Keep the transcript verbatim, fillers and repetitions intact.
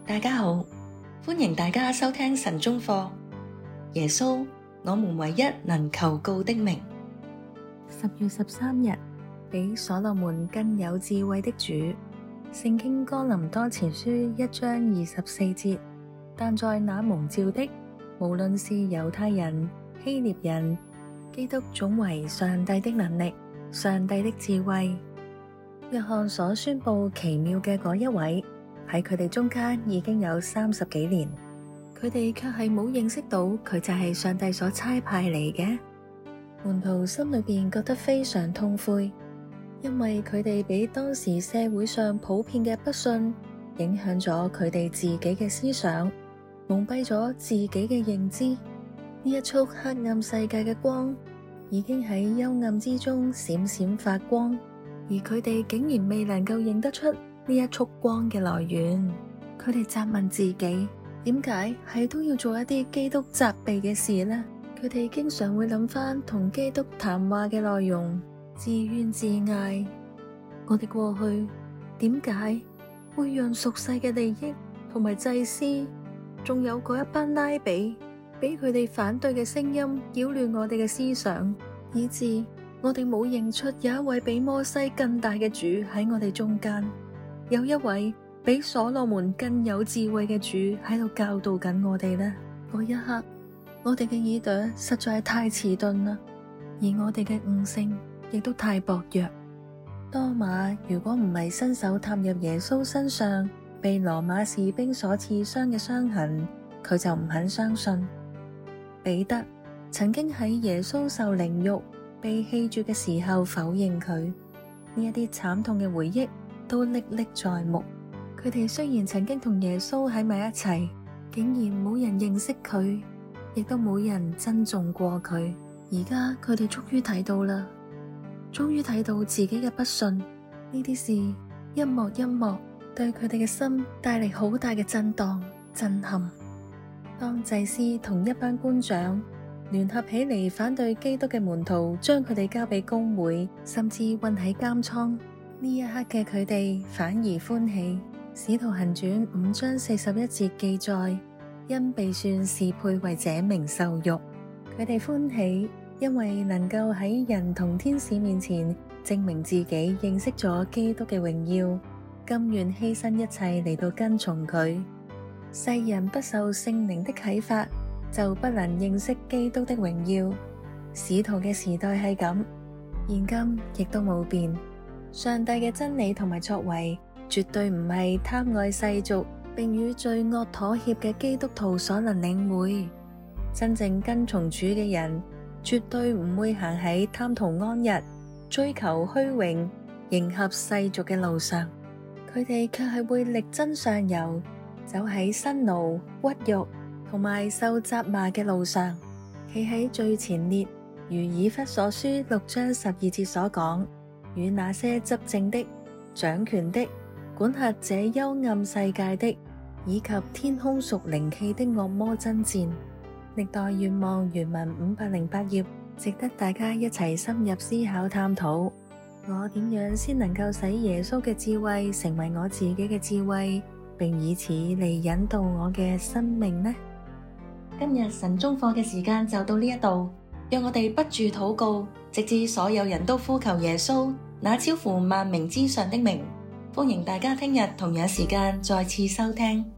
大家好，歡迎大家收聽神中課。耶穌，我們唯一能求告的名。 十月十三日，比所羅門更有智慧的主。聖經哥林多前書一章二十四節，但在那蒙召的，無論是猶太人、希臘人，基督總為上帝的能力、上帝的智慧。約翰所宣佈奇妙嘅嗰一位，喺佢哋中間已經有三十幾年，佢哋卻係冇認識到佢就係上帝所差派嚟嘅。門徒心裏邊覺得非常痛悔，因為佢哋俾當時社會上普遍嘅不信影響咗佢哋自己嘅思想，蒙蔽咗自己嘅認知。呢一束黑暗世界嘅光已經喺幽暗之中閃閃發光，而佢哋竟然未能夠認得出呢一束光嘅來源。佢哋責問自己，點解係都要做一啲基督責備嘅事呢？佢哋經常會諗翻同基督談話嘅內容，自怨自艾。我哋過去點解會讓俗世嘅利益同埋祭司，仲有嗰一班拉比，俾佢哋反對嘅聲音擾亂我哋嘅思想，以致我哋冇認出有一位比摩西更大嘅主喺我哋中間，有一位比所羅門更有智慧嘅主喺度教導緊我哋呢。嗰一刻，我哋嘅耳朵實在係太遲鈍啦，而我哋嘅悟性亦都太薄弱。多馬如果唔係伸手探入耶穌身上被羅馬士兵所刺傷嘅傷痕，佢就唔肯相信。彼得曾經喺耶穌受凌辱、被棄絕嘅時候否認佢，呢一啲慘痛嘅回憶都歷歷在目。佢哋雖然曾經同耶穌喺埋一齊，竟然冇人認識佢，亦都冇人珍重過佢。而家佢哋終於睇到啦，終於睇到自己嘅不信。呢啲事一幕一幕對佢哋嘅心帶嚟好大嘅震盪、震撼。當祭司同一班官長聯合起嚟反對基督嘅門徒，將佢哋交俾公會，甚至運喺監倉，呢一刻嘅佢哋反而歡喜。使徒行傳五章四十一節記載，因被算是配為這名受辱，佢哋歡喜，因為能夠喺人同天使面前證明自己認識咗基督嘅榮耀，甘願犧牲一切嚟到跟從佢。世人不受聖靈的啟發，就不能認識基督的榮耀。使徒嘅時代係咁，現今亦都冇變。上帝嘅真理同埋作為，絕對唔係貪愛世俗並與罪惡妥協嘅基督徒所能領會。真正跟從主嘅人，絕對唔會行喺貪圖安逸、追求虛榮、迎合世俗嘅路上。佢哋卻係會力爭上游，走喺辛勞、屈辱同埋受責罵嘅路上，企喺最前列，如以弗所書六章十二節所講，與那些執政的、掌權的、管轄這幽暗世界的，以及天空屬靈氣的惡魔爭戰。歷代願望原文五百零八頁，值得大家一齊深入思考探討。我點樣先能夠使耶穌嘅智慧成為我自己嘅智慧，並以此嚟引導我嘅生命呢？ 今日神中課嘅時間就到呢一度，讓我哋不住禱告，直至所有人都呼求耶穌那超乎萬名之上的名。歡迎大家聽日同樣時間再次收聽。